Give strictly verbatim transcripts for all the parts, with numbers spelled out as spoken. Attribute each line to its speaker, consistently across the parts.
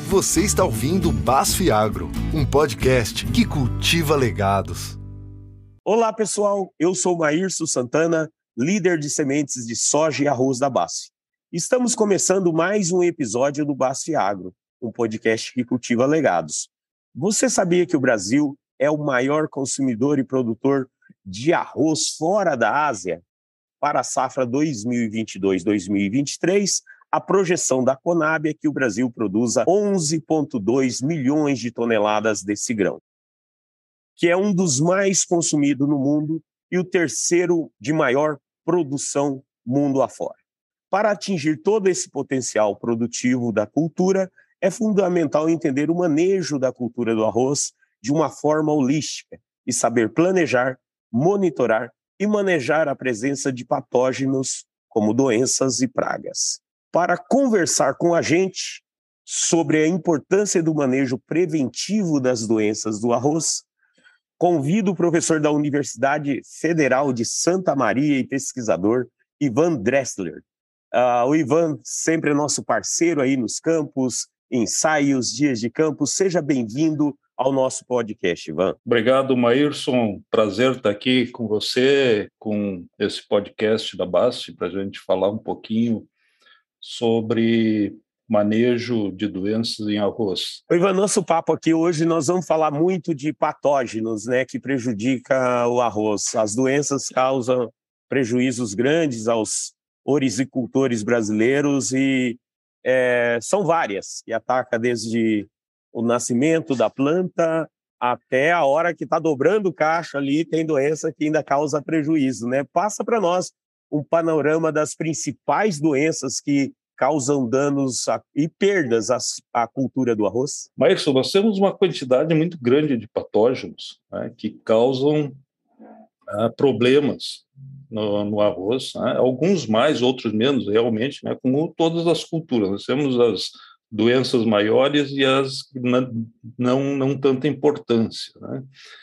Speaker 1: Você está ouvindo Basf Agro, um podcast que cultiva legados.
Speaker 2: Olá, pessoal. Eu sou Maírcio Santana, líder de sementes de soja e arroz da Basf. Estamos começando mais um episódio do Basf Agro, um podcast que cultiva legados. Você sabia que o Brasil é o maior consumidor e produtor de arroz fora da Ásia? Para a safra dois mil e vinte e dois, dois mil e vinte e três, a projeção da Conab é que o Brasil produza onze vírgula dois milhões de toneladas desse grão, que é um dos mais consumidos no mundo e o terceiro de maior produção mundo afora. Para atingir todo esse potencial produtivo da cultura, é fundamental entender o manejo da cultura do arroz de uma forma holística e saber planejar, monitorar e manejar a presença de patógenos como doenças e pragas. Para conversar com a gente sobre a importância do manejo preventivo das doenças do arroz, convido o professor da Universidade Federal de Santa Maria e pesquisador Ivan Dressler. Uh, o Ivan sempre é nosso parceiro aí nos campos, ensaios, dias de campo. Seja bem-vindo ao nosso podcast, Ivan.
Speaker 3: Obrigado, Maírson. Prazer estar aqui com você, com esse podcast da Basf, para a gente falar um pouquinho sobre manejo de doenças em arroz.
Speaker 2: Ivan, nosso papo aqui hoje nós vamos falar muito de patógenos, né, que prejudicam o arroz. As doenças causam prejuízos grandes aos orizicultores brasileiros e é, são várias, que atacam desde o nascimento da planta até a hora que está dobrando o cacho ali, tem doença que ainda causa prejuízo, né? Passa para nós um panorama das principais doenças que causam danos a, e perdas à, à cultura do arroz?
Speaker 3: Mas nós temos uma quantidade muito grande de patógenos, né, que causam ah, problemas no, no arroz, né? Alguns mais, outros menos, realmente, né, como todas as culturas. Nós temos as doenças maiores e as que não, não, não tanta importância, né?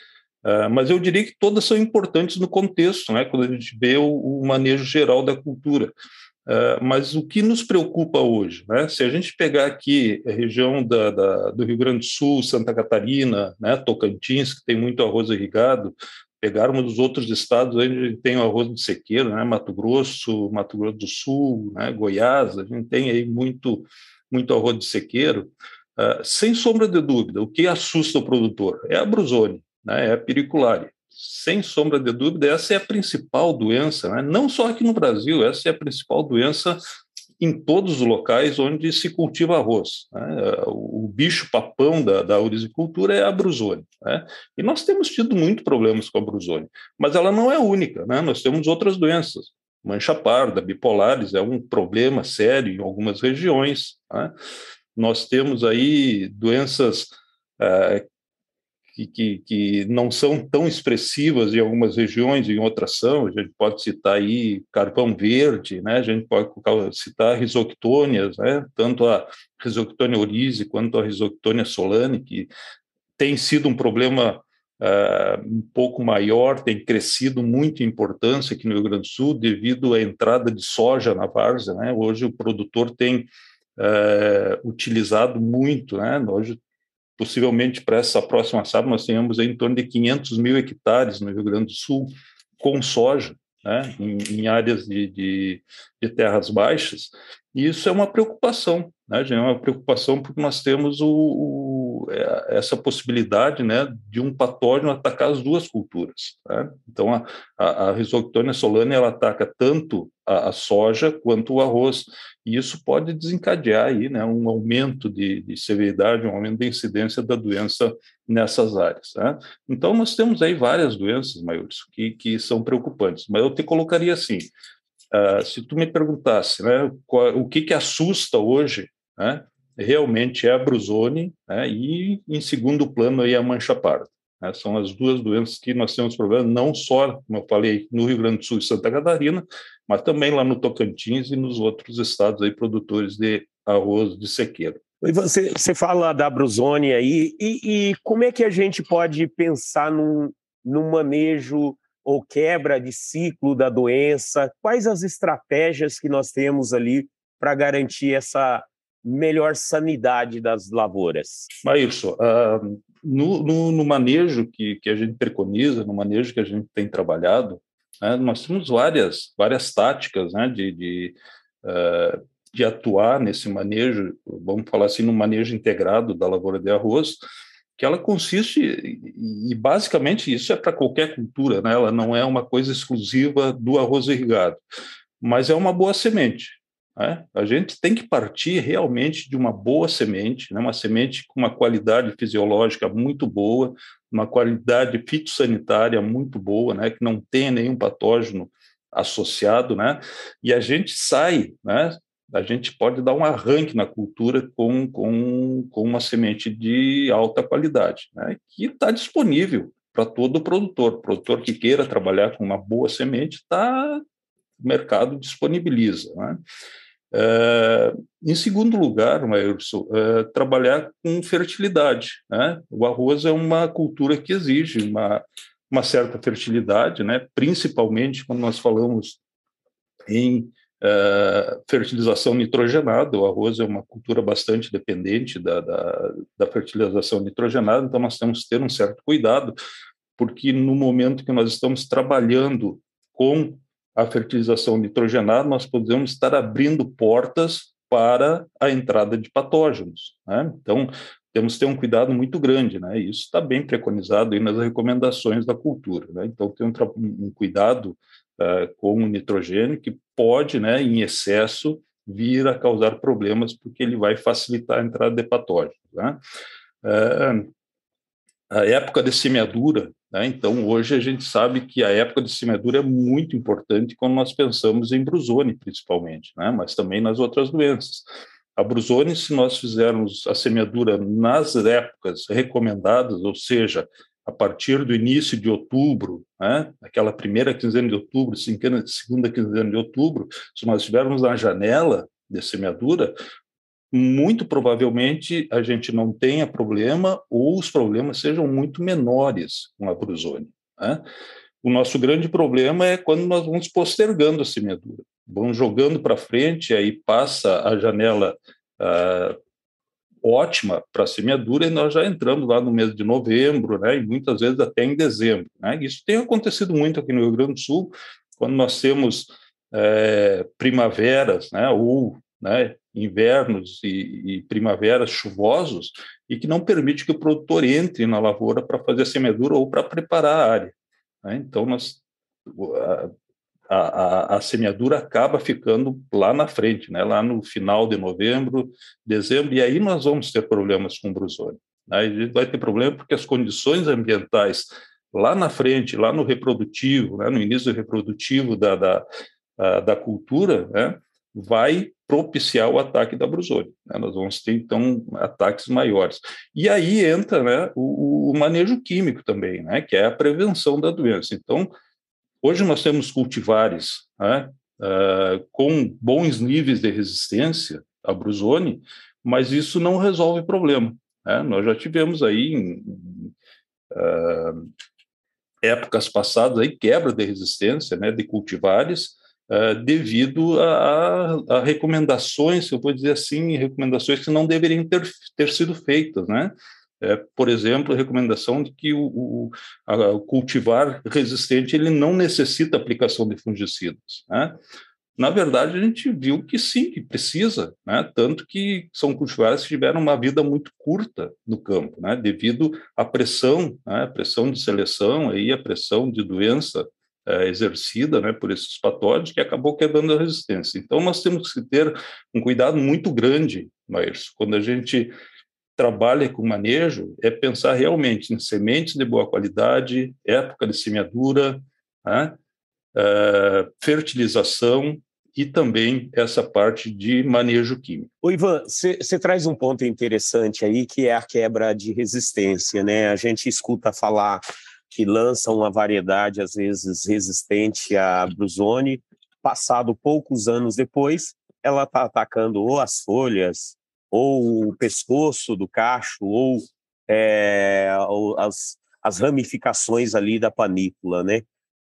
Speaker 3: Uh, mas eu diria que todas são importantes no contexto, né, quando a gente vê o, o manejo geral da cultura. Uh, mas o que nos preocupa hoje, né, se a gente pegar aqui a região da, da, do Rio Grande do Sul, Santa Catarina, né, Tocantins, que tem muito arroz irrigado, pegarmos os outros estados, onde a gente tem o arroz de sequeiro, né, Mato Grosso, Mato Grosso do Sul, né, Goiás, a gente tem aí muito, muito arroz de sequeiro. Uh, sem sombra de dúvida, o que assusta o produtor é a brusone, né, é a piriculari. Sem sombra de dúvida, essa é a principal doença, né? Não só aqui no Brasil, essa é a principal doença em todos os locais onde se cultiva arroz, né? O bicho papão da, da ourizicultura é a brusone, né? E nós temos tido muito problemas com a brusone, mas ela não é única, né? Nós temos outras doenças. Mancha parda, bipolares é um problema sério em algumas regiões, né? Nós temos aí doenças uh, Que, que, que não são tão expressivas em algumas regiões, em outras são. A gente pode citar aí carvão verde, né? A gente pode citar risoctônias, né? Tanto a risoctônia oryzae quanto a risoctônia solane, que tem sido um problema uh, um pouco maior, tem crescido muito em importância aqui no Rio Grande do Sul devido à entrada de soja na várzea, né? Hoje o produtor tem uh, utilizado muito, né? Hoje possivelmente para essa próxima safra nós tenhamos aí em torno de quinhentos mil hectares no Rio Grande do Sul com soja, né, em, em áreas de, de, de terras baixas, e isso é uma preocupação, né, é uma preocupação porque nós temos o, o, essa possibilidade, né, de um patógeno atacar as duas culturas, né? Então a, a, a risoctônia solane ela ataca tanto a, a soja quanto o arroz, e isso pode desencadear aí, né, um aumento de, de severidade, um aumento da incidência da doença nessas áreas, né? Então nós temos aí várias doenças, maiores que, que são preocupantes, mas eu te colocaria assim, uh, se tu me perguntasse, né, qual, o que que assusta hoje, né, realmente é a brusone, né, e em segundo plano aí a mancha parda, né? São as duas doenças que nós temos problema, não só, como eu falei, no Rio Grande do Sul e Santa Catarina, mas também lá no Tocantins e nos outros estados aí produtores de arroz de sequeiro.
Speaker 2: E você, você fala da brusone aí, e, e como é que a gente pode pensar num, num manejo ou quebra de ciclo da doença? Quais as estratégias que nós temos ali para garantir essa melhor sanidade das lavouras?
Speaker 3: Maírson, uh, no, no, no manejo que, que a gente preconiza, no manejo que a gente tem trabalhado, né, nós temos várias, várias táticas, né, de, de, uh, de atuar nesse manejo, vamos falar assim, no manejo integrado da lavoura de arroz, que ela consiste, e, e basicamente isso é para qualquer cultura, né, ela não é uma coisa exclusiva do arroz irrigado, mas é uma boa semente. É, a gente tem que partir realmente de uma boa semente, né, uma semente com uma qualidade fisiológica muito boa, uma qualidade fitossanitária muito boa, né, que não tenha nenhum patógeno associado, né, e a gente sai, né, a gente pode dar um arranque na cultura com, com, com uma semente de alta qualidade, né, que está disponível para todo produtor. O produtor que queira trabalhar com uma boa semente, tá, o mercado disponibiliza, né. Uh, em segundo lugar, Maírson, uh, trabalhar com fertilidade, né? O arroz é uma cultura que exige uma, uma certa fertilidade, né? Principalmente quando nós falamos em uh, fertilização nitrogenada. O arroz é uma cultura bastante dependente da, da, da fertilização nitrogenada, então nós temos que ter um certo cuidado, porque no momento que nós estamos trabalhando com a fertilização nitrogenada, nós podemos estar abrindo portas para a entrada de patógenos, né? Então, temos que ter um cuidado muito grande, né? Isso está bem preconizado aí nas recomendações da cultura, né? Então, tem um, um cuidado uh, com o nitrogênio que pode, né, em excesso, vir a causar problemas, porque ele vai facilitar a entrada de patógenos, né? Uh, a época de semeadura, né? Então, hoje a gente sabe que a época de semeadura é muito importante quando nós pensamos em Bruzone, principalmente, né? Mas também nas outras doenças. A Bruzone, se nós fizermos a semeadura nas épocas recomendadas, ou seja, a partir do início de outubro, né? Aquela primeira quinzena de outubro, segunda quinzena de outubro, se nós estivermos na janela de semeadura, muito provavelmente a gente não tenha problema ou os problemas sejam muito menores com a Bruzone, né? O nosso grande problema é quando nós vamos postergando a semeadura, vamos jogando para frente, aí passa a janela ah, ótima para a semeadura e nós já entramos lá no mês de novembro, né, e muitas vezes até em dezembro, né? Isso tem acontecido muito aqui no Rio Grande do Sul, quando nós temos é, primaveras, né, ou né, invernos e, e primaveras chuvosos, e que não permite que o produtor entre na lavoura para fazer a semeadura ou para preparar a área, né? Então, nós, a, a, a semeadura acaba ficando lá na frente, né, lá no final de novembro, dezembro, e aí nós vamos ter problemas com Bruzone, né? A gente vai ter problema porque as condições ambientais lá na frente, lá no reprodutivo, né, no início reprodutivo da, da, da cultura, né, vai propiciar o ataque da Bruzone, né? Nós vamos ter, então, ataques maiores. E aí entra, né, o, o manejo químico também, né, que é a prevenção da doença. Então, hoje nós temos cultivares, né, uh, com bons níveis de resistência à Bruzone, mas isso não resolve o problema, né? Nós já tivemos aí, em uh, épocas passadas, aí, quebra de resistência, né, de cultivares, Uh, devido a, a, a recomendações, eu vou dizer assim, recomendações que não deveriam ter, ter sido feitas, né? É, por exemplo, a recomendação de que o, o, a, o cultivar resistente ele não necessita aplicação de fungicidas, né? Na verdade, a gente viu que sim, que precisa, né? Tanto que são cultivares que tiveram uma vida muito curta no campo, né? Devido à pressão, né? A pressão de seleção, aí, a pressão de doença É, exercida, né, por esses patógenos, que acabou quebrando a resistência. Então, nós temos que ter um cuidado muito grande, Maírson, quando a gente trabalha com manejo, é pensar realmente em sementes de boa qualidade, época de semeadura, né, é, fertilização e também essa parte de manejo químico.
Speaker 2: Ô, Ivan, você traz um ponto interessante aí, que é a quebra de resistência, né? A gente escuta falar que lança uma variedade, às vezes, resistente à Bruzone, passado poucos anos depois, ela está atacando ou as folhas, ou o pescoço do cacho, ou, é, ou as, as ramificações ali da panícula, né?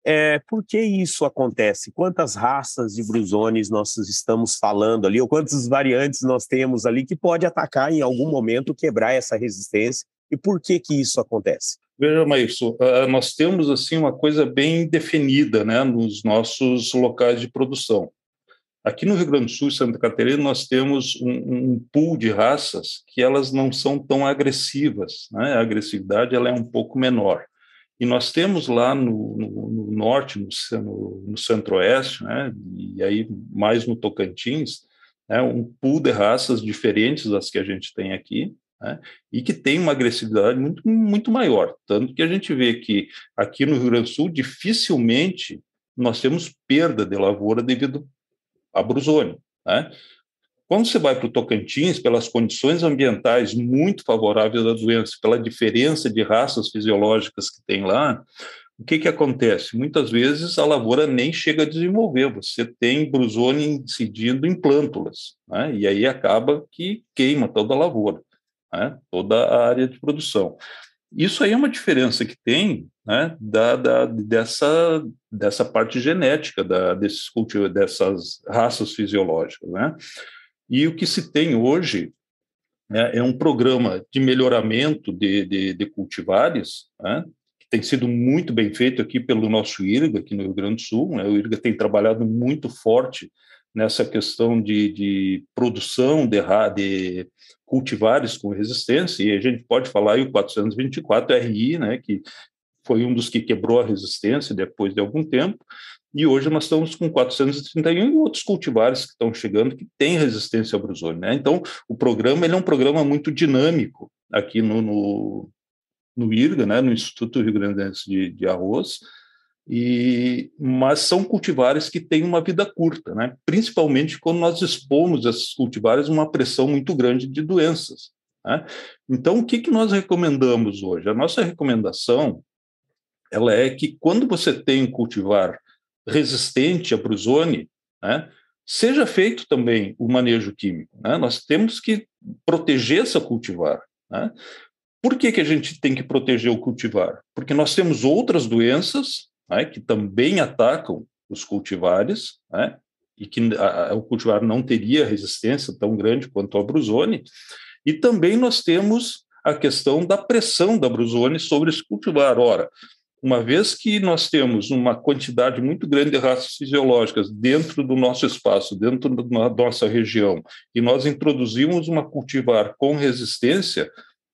Speaker 2: É, por que isso acontece? Quantas raças de brusones nós estamos falando ali, ou quantas variantes nós temos ali que pode atacar em algum momento, quebrar essa resistência, e por que que isso acontece?
Speaker 3: Veja, Maírcio, uh, nós temos assim uma coisa bem definida, né, nos nossos locais de produção. Aqui no Rio Grande do Sul e Santa Catarina nós temos um, um pool de raças que elas não são tão agressivas, né? A agressividade ela é um pouco menor. E nós temos lá no, no, no norte, no, no, no centro-oeste, né, e aí mais no Tocantins, né, um pool de raças diferentes das que a gente tem aqui, né, e que tem uma agressividade muito, muito maior. Tanto que a gente vê que aqui no Rio Grande do Sul, dificilmente nós temos perda de lavoura devido à brusônia, né? Quando você vai para o Tocantins, pelas condições ambientais muito favoráveis à doença, pela diferença de raças fisiológicas que tem lá, o que, que acontece? Muitas vezes a lavoura nem chega a desenvolver, você tem brusônia incidindo em plântulas, né? E aí acaba que queima toda a lavoura, né? Toda a área de produção. Isso aí é uma diferença que tem, né, da, da, dessa, dessa parte genética da, desses cultivos, dessas raças fisiológicas, né? E o que se tem hoje, né, é um programa de melhoramento de, de, de cultivares, né, que tem sido muito bem feito aqui pelo nosso IRGA, aqui no Rio Grande do Sul, né? O IRGA tem trabalhado muito forte nessa questão de, de produção de, de cultivares com resistência, e a gente pode falar aí o quatrocentos e vinte e quatro R I, né, que foi um dos que quebrou a resistência depois de algum tempo, e hoje nós estamos com quatrocentos e trinta e um e outros cultivares que estão chegando que têm resistência ao brusônia, né? Então, o programa ele é um programa muito dinâmico aqui no, no, no IRGA, né, no Instituto Rio Grandense de, de Arroz, e, mas são cultivares que têm uma vida curta, né? Principalmente quando nós expomos esses cultivares a uma pressão muito grande de doenças, né? Então, o que, que nós recomendamos hoje? A nossa recomendação ela é que quando você tem um cultivar resistente à brusônia, né, seja feito também o manejo químico, né? Nós temos que proteger essa cultivar, né? Por que que a gente tem que proteger o cultivar? Porque nós temos outras doenças, né, que também atacam os cultivares, né, e que a, a, o cultivar não teria resistência tão grande quanto a brusônia, e também nós temos a questão da pressão da brusônia sobre esse cultivar. Ora, uma vez que nós temos uma quantidade muito grande de raças fisiológicas dentro do nosso espaço, dentro da nossa região, e nós introduzimos uma cultivar com resistência,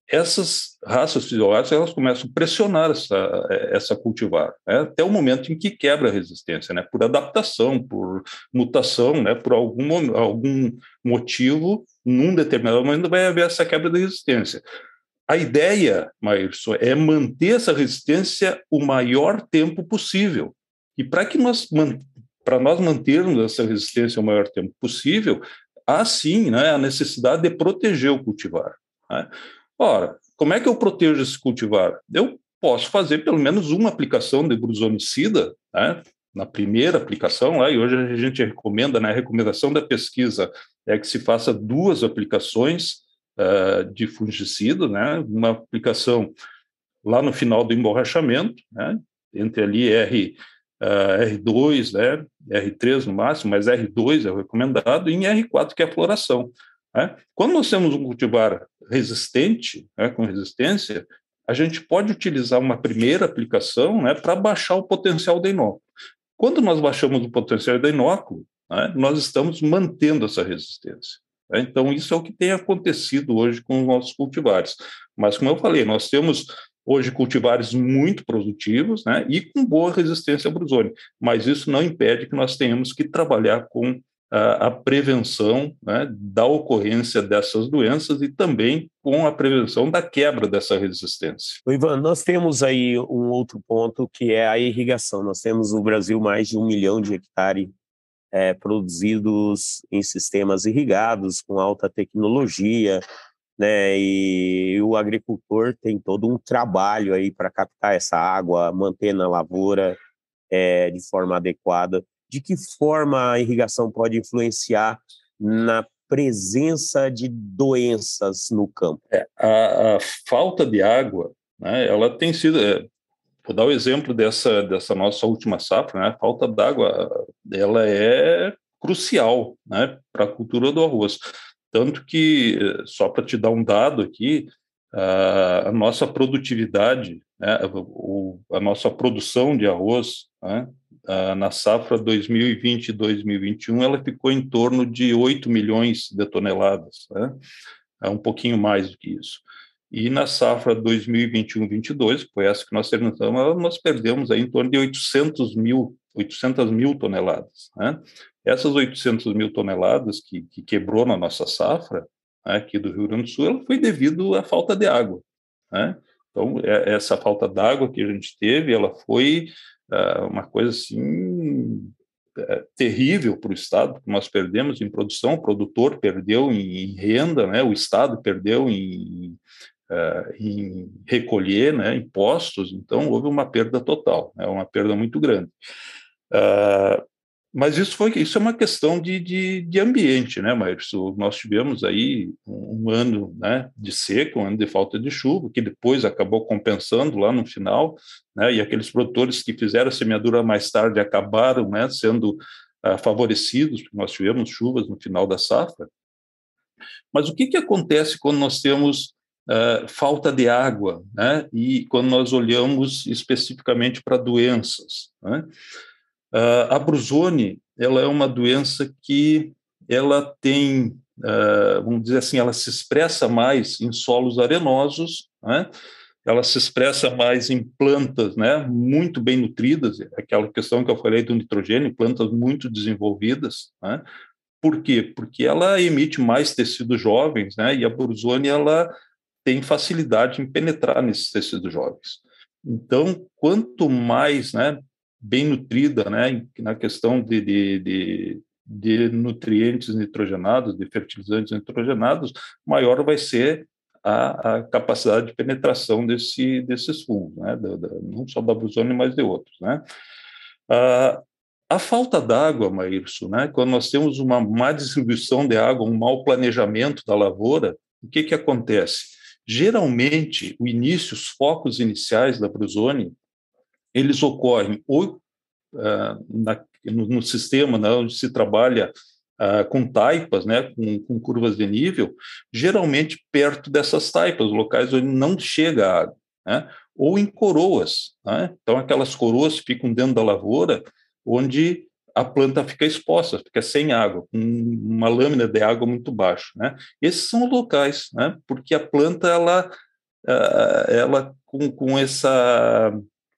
Speaker 3: essas raças fisiológicas elas começam a pressionar essa, essa cultivar, né, até o momento em que quebra a resistência, né, por adaptação, por mutação, né, por algum, algum motivo, num determinado momento vai haver essa quebra da resistência. A ideia, Maírcio, é manter essa resistência o maior tempo possível. E para que nós, para nós mantermos essa resistência o maior tempo possível, há sim, né, a necessidade de proteger o cultivar, né? Ora, como é que eu protejo esse cultivar? Eu posso fazer pelo menos uma aplicação de brusonicida, né, na primeira aplicação, lá, e hoje a gente recomenda, né, a recomendação da pesquisa é que se faça duas aplicações Uh, de fungicida, né? Uma aplicação lá no final do emborrachamento, né? Entre ali R, uh, R dois, né? R três no máximo, mas R dois é o recomendado, e em R quatro que é a floração, né? Quando nós temos um cultivar resistente, né, com resistência, a gente pode utilizar uma primeira aplicação, né, para baixar o potencial de inóculo. Quando nós baixamos o potencial de inóculo, né, nós estamos mantendo essa resistência. Então, isso é o que tem acontecido hoje com os nossos cultivares. Mas, como eu falei, nós temos hoje cultivares muito produtivos, né, e com boa resistência à brusônia. Mas isso não impede que nós tenhamos que trabalhar com a, a prevenção, né, da ocorrência dessas doenças e também com a prevenção da quebra dessa resistência.
Speaker 2: Ivan, nós temos aí um outro ponto que é a irrigação. Nós temos no Brasil mais de um milhão de hectares É, produzidos em sistemas irrigados, com alta tecnologia, né? E o agricultor tem todo um trabalho aí para captar essa água, manter na lavoura é, de forma adequada. De que forma a irrigação pode influenciar na presença de doenças no campo?
Speaker 3: É, a, a falta de água, né, ela tem sido... É, vou dar o exemplo dessa, dessa nossa última safra, né? A falta d'água, ela é crucial, né, para a cultura do arroz. Tanto que, só para te dar um dado aqui, a nossa produtividade, né, a nossa produção de arroz, né, na safra dois mil e vinte e dois mil e vinte e um, ela ficou em torno de oito milhões de toneladas, né, é um pouquinho mais do que isso. E na safra dois mil e vinte e um, vinte e dois, que foi essa que nós terminamos, nós perdemos aí em torno de oitocentas mil toneladas, né? Essas oitocentas mil toneladas que, que quebrou na nossa safra, né, aqui do Rio Grande do Sul, ela foi devido à falta de água, né? Então, é, essa falta d'água que a gente teve, ela foi uh, uma coisa assim é, terrível para o Estado, porque nós perdemos em produção, o produtor perdeu em, em renda, né? O Estado perdeu em, uh, em recolher, né, impostos, então houve uma perda total, né, uma perda muito grande. Uh, Mas isso foi isso é uma questão de, de, de ambiente, né, Maírcio? Nós tivemos aí um, um ano, né, de seca, um ano de falta de chuva, que depois acabou compensando lá no final, né, e aqueles produtores que fizeram a semeadura mais tarde acabaram, né, sendo uh, favorecidos, porque nós tivemos chuvas no final da safra. Mas o que, que acontece quando nós temos uh, falta de água, né, e quando nós olhamos especificamente para doenças, né? Uh, a brusone, ela é uma doença que ela tem, uh, vamos dizer assim, ela se expressa mais em solos arenosos, né? Ela se expressa mais em plantas, né, muito bem nutridas, aquela questão que eu falei do nitrogênio, plantas muito desenvolvidas, né? Por quê? Porque ela emite mais tecidos jovens, né, e a brusone, ela tem facilidade em penetrar nesses tecidos jovens. Então, quanto mais, né, bem nutrida, né, na questão de, de, de, de nutrientes nitrogenados, de fertilizantes nitrogenados, maior vai ser a, a capacidade de penetração desse, desses fungos, né, da, da, não só da brusone, mas de outros, né. Ah, a falta d'água, Maírcio, né, quando nós temos uma má distribuição de água, um mau planejamento da lavoura, o que que acontece? Geralmente, o início, os focos iniciais da brusone, eles ocorrem ou uh, na, no, no sistema, né, onde se trabalha uh, com taipas, né, com, com curvas de nível, geralmente perto dessas taipas, locais onde não chega água, né, ou em coroas, né? Então, aquelas coroas ficam dentro da lavoura, onde a planta fica exposta, fica sem água, com uma lâmina de água muito baixa, né? Esses são os locais, né? Porque a planta, ela, ela com, com essa,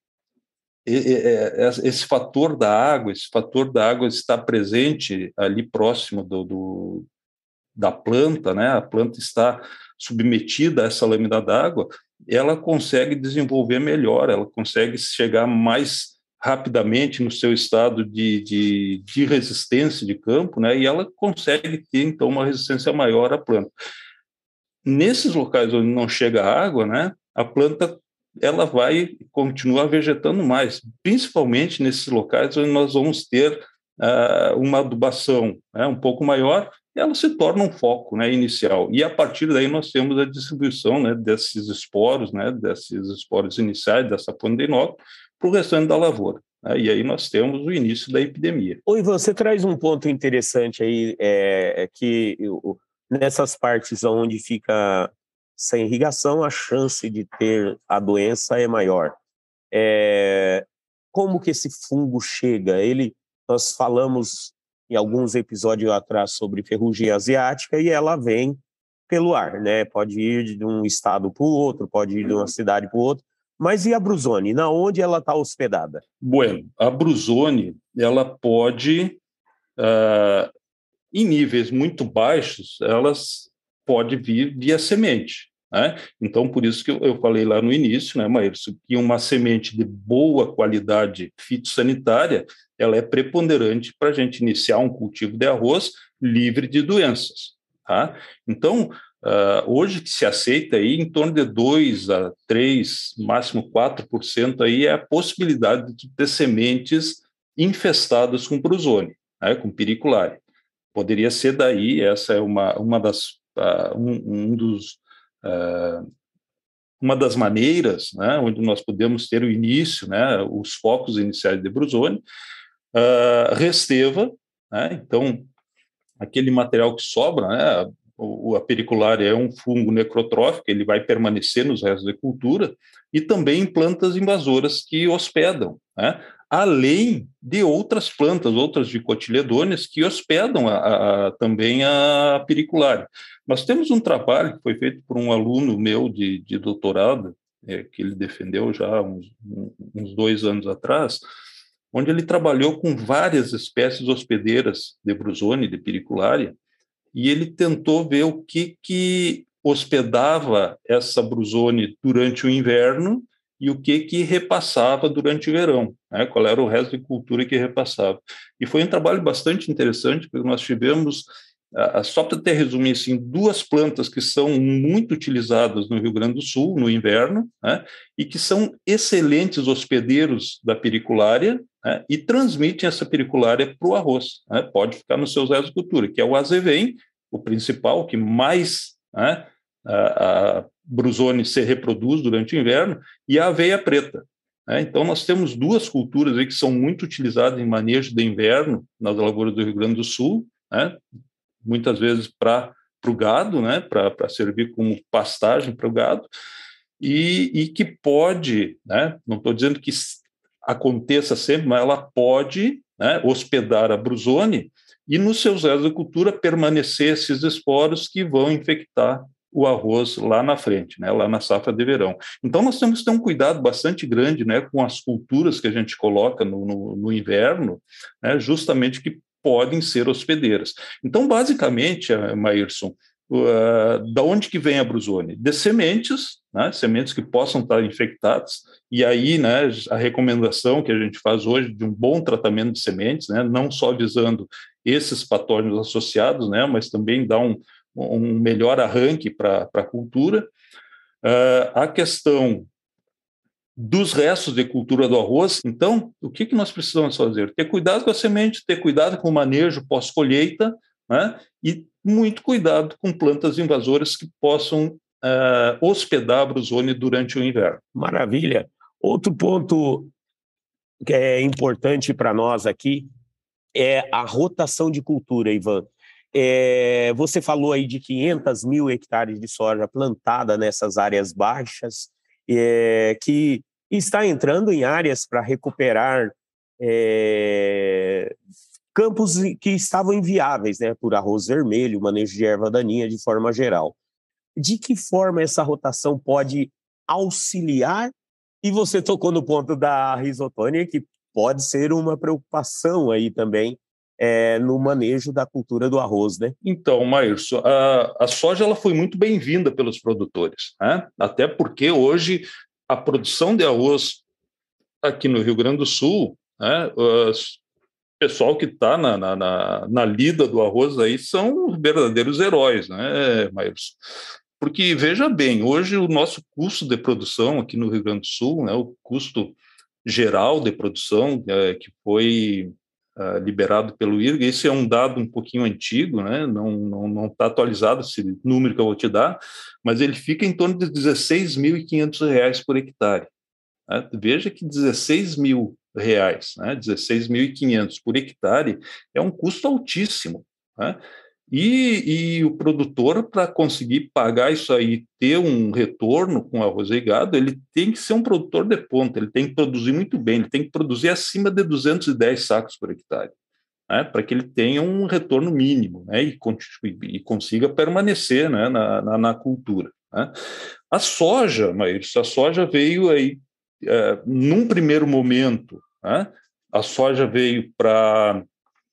Speaker 3: esse fator da água, esse fator da água está presente ali próximo do, do, da planta, né? A planta está submetida a essa lâmina d'água, ela consegue desenvolver melhor, ela consegue chegar mais rapidamente no seu estado de, de, de resistência de campo, né? E ela consegue ter, então, uma resistência maior à planta. Nesses locais onde não chega água, né, a planta ela vai continuar vegetando mais, principalmente nesses locais onde nós vamos ter uh, uma adubação, né, um pouco maior, ela se torna um foco, né, inicial. E a partir daí nós temos a distribuição, né, desses esporos, né, desses esporos iniciais, dessa planta de inóculo, para o restante da lavoura. Né, e aí nós temos o início da epidemia.
Speaker 2: Oi, você traz um ponto interessante aí, é, é que eu, nessas partes onde fica sem irrigação, a chance de ter a doença é maior. É, como que esse fungo chega? Ele, nós falamos em alguns episódios atrás sobre ferrugem asiática e ela vem pelo ar, né? Pode ir de um estado para o outro, pode ir de uma cidade para o outro. Mas e a brusone? Na onde ela está hospedada?
Speaker 3: Bueno, a brusone, ela pode, uh, em níveis muito baixos, elas pode vir via semente, né? Então, por isso que eu, eu falei lá no início, né, Maírcio, que uma semente de boa qualidade fitossanitária, ela é preponderante para a gente iniciar um cultivo de arroz livre de doenças, tá? Então, Uh, hoje que se aceita aí em torno de dois a três, máximo quatro por cento aí é a possibilidade de ter sementes infestadas com brusone, né, com piriculária. Poderia ser daí, essa é uma, uma das, uh, um, um dos uh, uma das maneiras, né, onde nós podemos ter o início, né, os focos iniciais de Brusone. Uh, Resteva, né, então, aquele material que sobra, né, o, a periculária é um fungo necrotrófico, ele vai permanecer nos restos de cultura, e também plantas invasoras que hospedam, né, além de outras plantas, outras dicotiledôneas, que hospedam a, a, também a periculária. Nós temos um trabalho que foi feito por um aluno meu de, de doutorado, é, que ele defendeu já há uns, uns dois anos atrás, onde ele trabalhou com várias espécies hospedeiras de Brusone, de periculária, e ele tentou ver o que, que hospedava essa Brusone durante o inverno e o que, que repassava durante o verão, né? Qual era o resto de cultura que repassava. E foi um trabalho bastante interessante, porque nós tivemos, ah, só para ter resumir assim, duas plantas que são muito utilizadas no Rio Grande do Sul, no inverno, né? E que são excelentes hospedeiros da periculária, né? E transmitem essa periculária para o arroz, né? Pode ficar nos seus restos de cultura, que é o azevém, o principal, que mais, né, a, a Brusone se reproduz durante o inverno, e a aveia preta. Né? Então, nós temos duas culturas aí que são muito utilizadas em manejo de inverno nas lavouras do Rio Grande do Sul, né? Muitas vezes para o gado, né? Para servir como pastagem para o gado, e, e que pode, né? Não estou dizendo que aconteça sempre, mas ela pode, né, hospedar a Brusone e nos seus restos de cultura permanecer esses esporos que vão infectar o arroz lá na frente, né, lá na safra de verão. Então, nós temos que ter um cuidado bastante grande, né, com as culturas que a gente coloca no, no, no inverno, né, justamente que podem ser hospedeiras. Então, basicamente, Maírson, uh, da onde que vem a Brusone? De sementes, né, sementes que possam estar infectadas, e aí, né, a recomendação que a gente faz hoje de um bom tratamento de sementes, né, não só visando esses patógenos associados, né, mas também dá um um melhor arranque para a cultura. Uh, a questão dos restos de cultura do arroz, então, o que, que nós precisamos fazer? Ter cuidado com a semente, ter cuidado com o manejo pós-colheita, né? E muito cuidado com plantas invasoras que possam uh, hospedar a Brusone durante o inverno.
Speaker 2: Maravilha. Outro ponto que é importante para nós aqui é a rotação de cultura, Ivan. É, você falou aí de quinhentos mil hectares de soja plantada nessas áreas baixas, é, que está entrando em áreas para recuperar é, campos que estavam inviáveis, né, por arroz vermelho, manejo de erva daninha de forma geral. De que forma essa rotação pode auxiliar? E você tocou no ponto da risotônia, que pode ser uma preocupação aí também, É, no manejo da cultura do arroz, né?
Speaker 3: Então, Maírcio, a, a soja ela foi muito bem-vinda pelos produtores, né? Até porque hoje a produção de arroz aqui no Rio Grande do Sul, né, o pessoal que está na, na, na, na lida do arroz aí são verdadeiros heróis, né, Maírcio? Porque, veja bem, hoje o nosso custo de produção aqui no Rio Grande do Sul, né, o custo geral de produção, é, que foi Uh, liberado pelo I R G, esse é um dado um pouquinho antigo, né? não não não está atualizado esse número que eu vou te dar, mas ele fica em torno de dezesseis mil e quinhentos reais por hectare. Né? Veja que dezesseis mil reais, né? dezesseis mil e quinhentos por hectare é um custo altíssimo. Né? E, e o produtor, para conseguir pagar isso aí, ter um retorno com arroz e gado, ele tem que ser um produtor de ponta, ele tem que produzir muito bem, ele tem que produzir acima de duzentos e dez sacos por hectare, né, para que ele tenha um retorno mínimo, né, e, e consiga permanecer, né, na, na, na cultura. Né. A soja, mas a soja veio aí, é, num primeiro momento, né, a soja veio para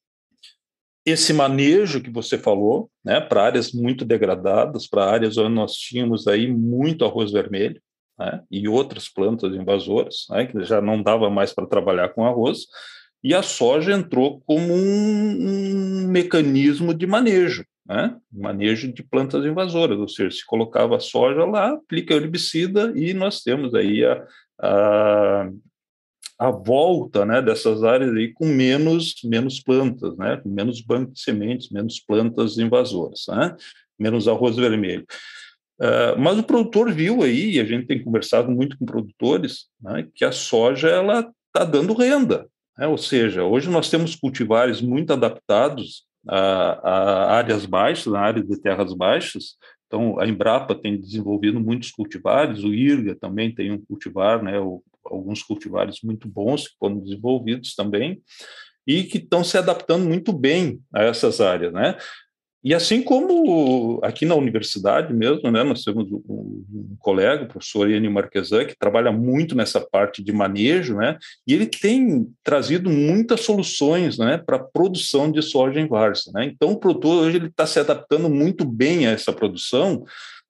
Speaker 3: esse manejo que você falou, né, para áreas muito degradadas, para áreas onde nós tínhamos aí muito arroz vermelho, né, e outras plantas invasoras, né, que já não dava mais para trabalhar com arroz, e a soja entrou como um, um mecanismo de manejo, né, manejo de plantas invasoras, ou seja, se colocava a soja lá, aplica herbicida e nós temos aí a, a a volta, né, dessas áreas aí com menos, menos plantas, né, menos banco de sementes, menos plantas invasoras, né, menos arroz vermelho. Uh, mas o produtor viu aí, e a gente tem conversado muito com produtores, né, que a soja ela está dando renda, né? Ou seja, hoje nós temos cultivares muito adaptados a, a áreas baixas, a áreas de terras baixas. Então, a Embrapa tem desenvolvido muitos cultivares, o IRGA também tem um cultivar, né, o, alguns cultivares muito bons que foram desenvolvidos também, e que estão se adaptando muito bem a essas áreas, né? E assim como aqui na universidade mesmo, né, nós temos um, um colega, o professor Enio Marquesan, que trabalha muito nessa parte de manejo, né, e ele tem trazido muitas soluções, né, para a produção de soja em várzea, né? Então, o produtor hoje ele está se adaptando muito bem a essa produção,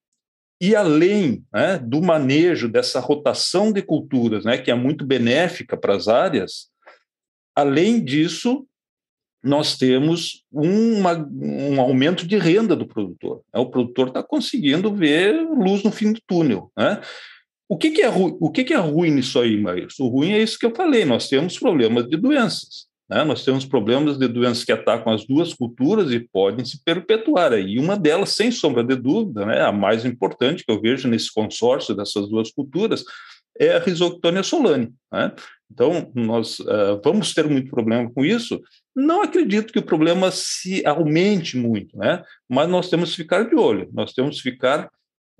Speaker 3: e além, né, do manejo dessa rotação de culturas, né, que é muito benéfica para as áreas, além disso, nós temos uma, um aumento de renda do produtor. O produtor está conseguindo ver luz no fim do túnel, né? O que, que, é, ru, o que, que é ruim nisso aí, Maírs? O ruim é isso que eu falei, nós temos problemas de doenças, né? Nós temos problemas de doenças que atacam as duas culturas e podem se perpetuar. E uma delas, sem sombra de dúvida, né, a mais importante que eu vejo nesse consórcio dessas duas culturas, é a Rhizoctonia solani, né? Então, nós uh, vamos ter muito problema com isso. Não acredito que o problema se aumente muito, né? Mas nós temos que ficar de olho, nós temos que ficar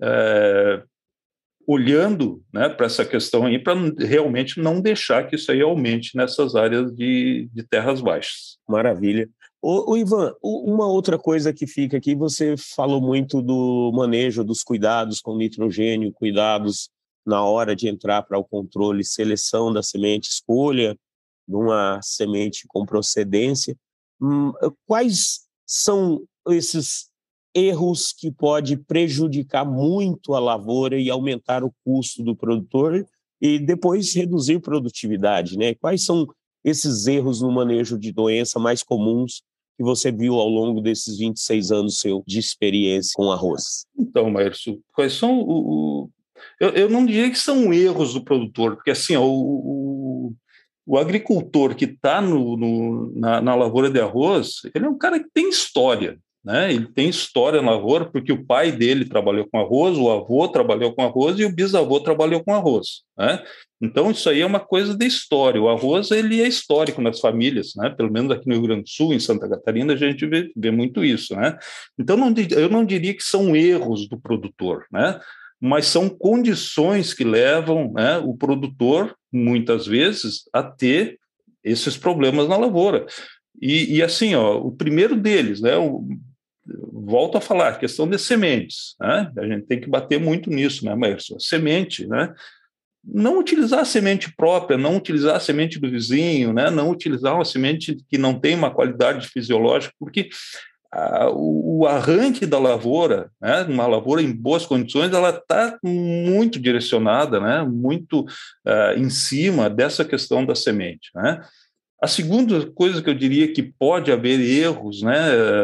Speaker 3: é, olhando, né, para essa questão aí, para realmente não deixar que isso aí aumente nessas áreas de, de terras baixas.
Speaker 2: Maravilha. Ô, ô Ivan, uma outra coisa que fica aqui, você falou muito do manejo, dos cuidados com nitrogênio, cuidados na hora de entrar para o controle, seleção da semente, escolha de uma semente com procedência. Hum, quais são esses erros que podem prejudicar muito a lavoura e aumentar o custo do produtor e depois reduzir produtividade, né? Quais são esses erros no manejo de doença mais comuns que você viu ao longo desses vinte e seis anos seu de experiência com arroz?
Speaker 3: Então, Márcio, quais são o... o... Eu, eu não diria que são erros do produtor, porque assim, ó, o, o, o agricultor que está no, no, na, na lavoura de arroz, ele é um cara que tem história, né? Ele tem história na lavoura porque o pai dele trabalhou com arroz, o avô trabalhou com arroz e o bisavô trabalhou com arroz, né? Então, isso aí é uma coisa de história. O arroz, ele é histórico nas famílias, né? Pelo menos aqui no Rio Grande do Sul, em Santa Catarina, a gente vê, vê muito isso, né? Então, não, eu não diria que são erros do produtor, né? Mas são condições que levam, né, o produtor, muitas vezes, a ter esses problemas na lavoura. E, e assim, ó, o primeiro deles, né, o, volto a falar, questão de sementes, né? A gente tem que bater muito nisso, né, Márcio? Semente, né? Não utilizar a semente própria, não utilizar a semente do vizinho, né? Não utilizar uma semente que não tem uma qualidade fisiológica, porque ah, o, o arranque da lavoura, né, uma lavoura em boas condições, ela está muito direcionada, né, muito ah, em cima dessa questão da semente, né? A segunda coisa que eu diria que pode haver erros, né,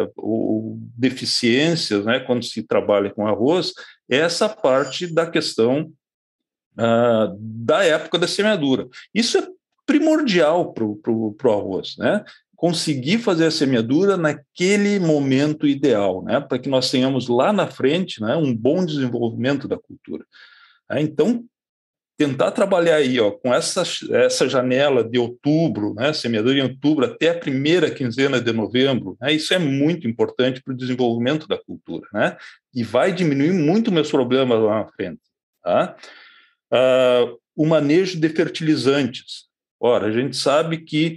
Speaker 3: ou deficiências, né, quando se trabalha com arroz, é essa parte da questão ah, da época da semeadura. Isso é primordial para o arroz, né? Conseguir fazer a semeadura naquele momento ideal, né, para que nós tenhamos lá na frente, né, um bom desenvolvimento da cultura. Então, tentar trabalhar aí, ó, com essa, essa janela de outubro, né, semeadura em outubro até a primeira quinzena de novembro, né, isso é muito importante para o desenvolvimento da cultura, né, e vai diminuir muito meus problemas lá na frente. Tá? Ah, o manejo de fertilizantes. Ora, a gente sabe que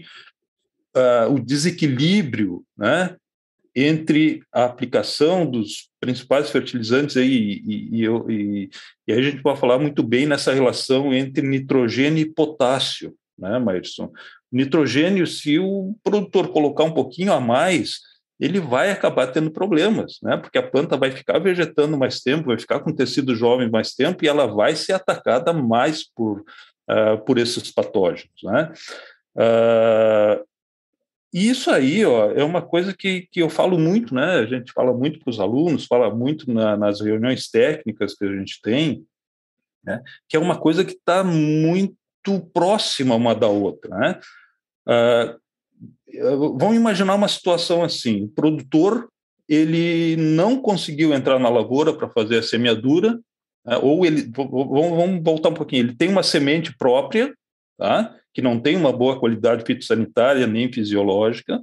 Speaker 3: Uh, o desequilíbrio, né, entre a aplicação dos principais fertilizantes aí, e, e, e, e aí a gente pode falar muito bem nessa relação entre nitrogênio e potássio, né, Maírson? Nitrogênio, se o produtor colocar um pouquinho a mais, ele vai acabar tendo problemas, né, porque a planta vai ficar vegetando mais tempo, vai ficar com tecido jovem mais tempo e ela vai ser atacada mais por, uh, por esses patógenos, né? Uh, E isso aí, ó, é uma coisa que, que eu falo muito, né? A gente fala muito para os alunos, fala muito na, nas reuniões técnicas que a gente tem, né? Que é uma coisa que está muito próxima uma da outra, né? Ah, vamos imaginar uma situação assim: o produtor ele não conseguiu entrar na lavoura para fazer a semeadura, né? Ou ele, vamos voltar um pouquinho, ele tem uma semente própria, tá? Que não tem uma boa qualidade fitossanitária nem fisiológica,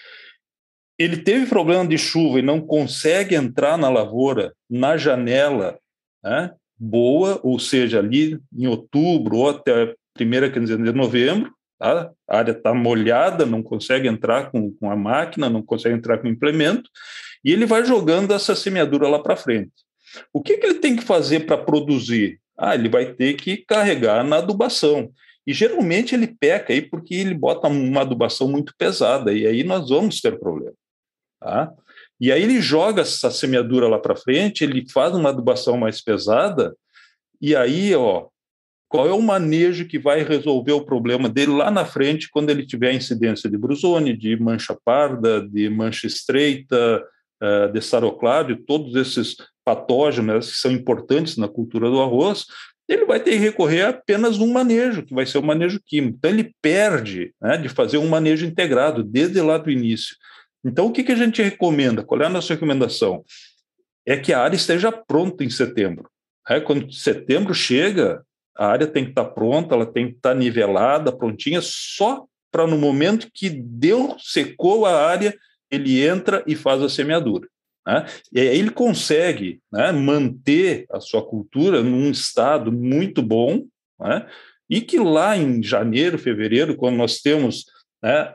Speaker 3: ele teve problema de chuva e não consegue entrar na lavoura na janela, né, boa, ou seja, ali em outubro ou até a primeira quinzena de novembro, tá? A área está molhada, não consegue entrar com, com a máquina, não consegue entrar com o implemento, e ele vai jogando essa semeadura lá para frente. O que, que ele tem que fazer para produzir? Ah, ele vai ter que carregar na adubação. E geralmente ele peca aí porque ele bota uma adubação muito pesada, e aí nós vamos ter problema. Tá? E aí ele joga essa semeadura lá para frente, ele faz uma adubação mais pesada, e aí, ó, qual é o manejo que vai resolver o problema dele lá na frente, quando ele tiver incidência de brusone, de mancha parda, de mancha estreita, de sarocládio, todos esses patógenos que são importantes na cultura do arroz, ele vai ter que recorrer a apenas um manejo, que vai ser o manejo químico. Então ele perde, né, de fazer um manejo integrado desde lá do início. Então, o que, que a gente recomenda? Qual é a nossa recomendação? É que a área esteja pronta em setembro. É, quando setembro chega, a área tem que estar pronta, ela tem que estar nivelada, prontinha, só para no momento que deu, secou a área, ele entra e faz a semeadura. Né? E aí ele consegue, né, manter a sua cultura num estado muito bom, né, e que lá em janeiro, fevereiro, quando nós temos, né,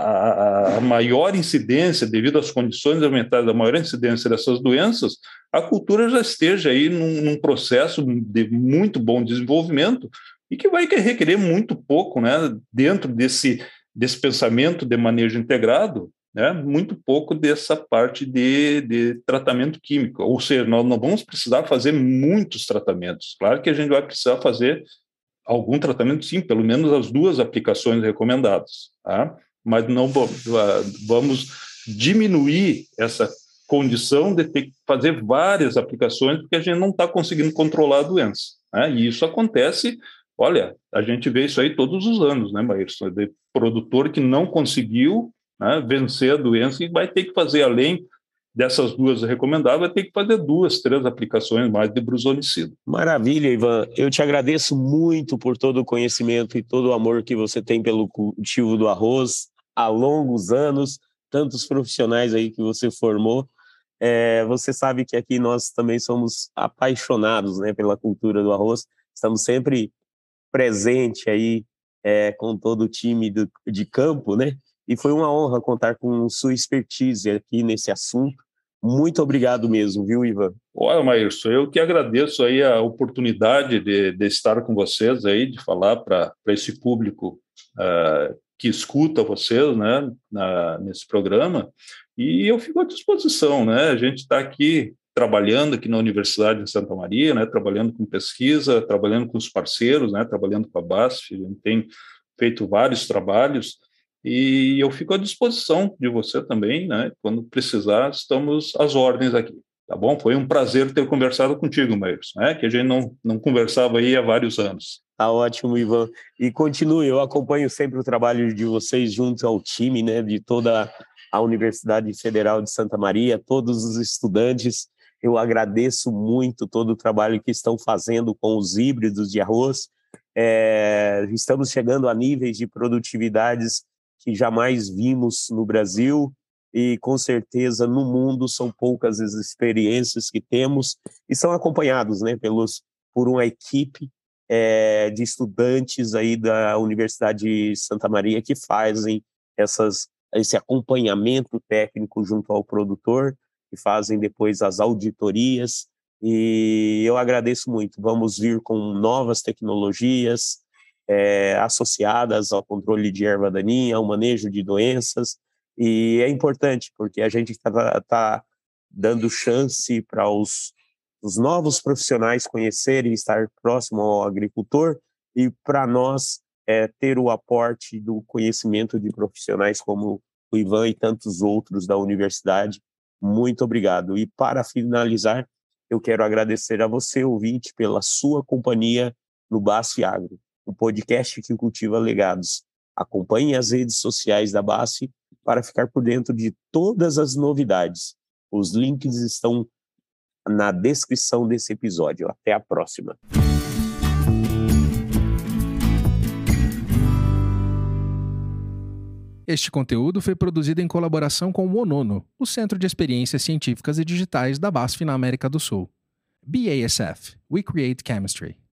Speaker 3: A, a maior incidência, devido às condições ambientais, a maior incidência dessas doenças, a cultura já esteja aí num, num processo de muito bom desenvolvimento e que vai requerer muito pouco, né, dentro desse, desse pensamento de manejo integrado, né, muito pouco dessa parte de, de tratamento químico. Ou seja, nós não vamos precisar fazer muitos tratamentos. Claro que a gente vai precisar fazer algum tratamento, sim, pelo menos as duas aplicações recomendadas, tá? Mas não vamos diminuir essa condição de ter que fazer várias aplicações, porque a gente não está conseguindo controlar a doença, né? E isso acontece, olha, a gente vê isso aí todos os anos, né, Maírson? De produtor que não conseguiu, né, vencer a doença e vai ter que fazer, além dessas duas recomendáveis, vai ter que fazer duas, três aplicações mais de brusonicida.
Speaker 2: Maravilha, Ivan. Eu te agradeço muito por todo o conhecimento e todo o amor que você tem pelo cultivo do arroz há longos anos, tantos profissionais aí que você formou. É, você sabe que aqui nós também somos apaixonados, né, pela cultura do arroz. Estamos sempre presentes aí é, com todo o time do, de campo, né? E foi uma honra contar com sua expertise aqui nesse assunto. Muito obrigado mesmo, viu, Ivan?
Speaker 3: Olha, Maírson, eu que agradeço aí a oportunidade de, de estar com vocês aí, de falar para esse público uh, que escuta vocês, né, na, nesse programa, e eu fico à disposição, né? A gente está aqui trabalhando aqui na Universidade de Santa Maria, né, trabalhando com pesquisa, trabalhando com os parceiros, né, trabalhando com a BASF, a gente tem feito vários trabalhos, e eu fico à disposição de você também, né? Quando precisar, estamos às ordens aqui, tá bom? Foi um prazer ter conversado contigo, Maírson, né? Que a gente não, não conversava aí há vários anos.
Speaker 2: Tá ótimo, Ivan. E continue, eu acompanho sempre o trabalho de vocês junto ao time, né? De toda a Universidade Federal de Santa Maria, todos os estudantes. Eu agradeço muito todo o trabalho que estão fazendo com os híbridos de arroz. É, estamos chegando a níveis de produtividades que jamais vimos no Brasil e, com certeza, no mundo são poucas as experiências que temos e são acompanhados, né, pelos, por uma equipe é, de estudantes aí da Universidade de Santa Maria que fazem essas, esse acompanhamento técnico junto ao produtor, que fazem depois as auditorias, e eu agradeço muito. Vamos vir com novas tecnologias, É, associadas ao controle de erva daninha, ao manejo de doenças, e é importante, porque a gente está tá dando chance para os, os novos profissionais conhecerem, estar próximo ao agricultor, e para nós é, ter o aporte do conhecimento de profissionais como o Ivan e tantos outros da universidade. Muito obrigado. E para finalizar, eu quero agradecer a você, ouvinte, pela sua companhia no BASF Agro, o podcast que cultiva legados. Acompanhe as redes sociais da BASF para ficar por dentro de todas as novidades. Os links estão na descrição desse episódio. Até a próxima.
Speaker 4: Este conteúdo foi produzido em colaboração com o ONONO, o Centro de Experiências Científicas e Digitais da B A S F na América do Sul. B A S F, We Create Chemistry.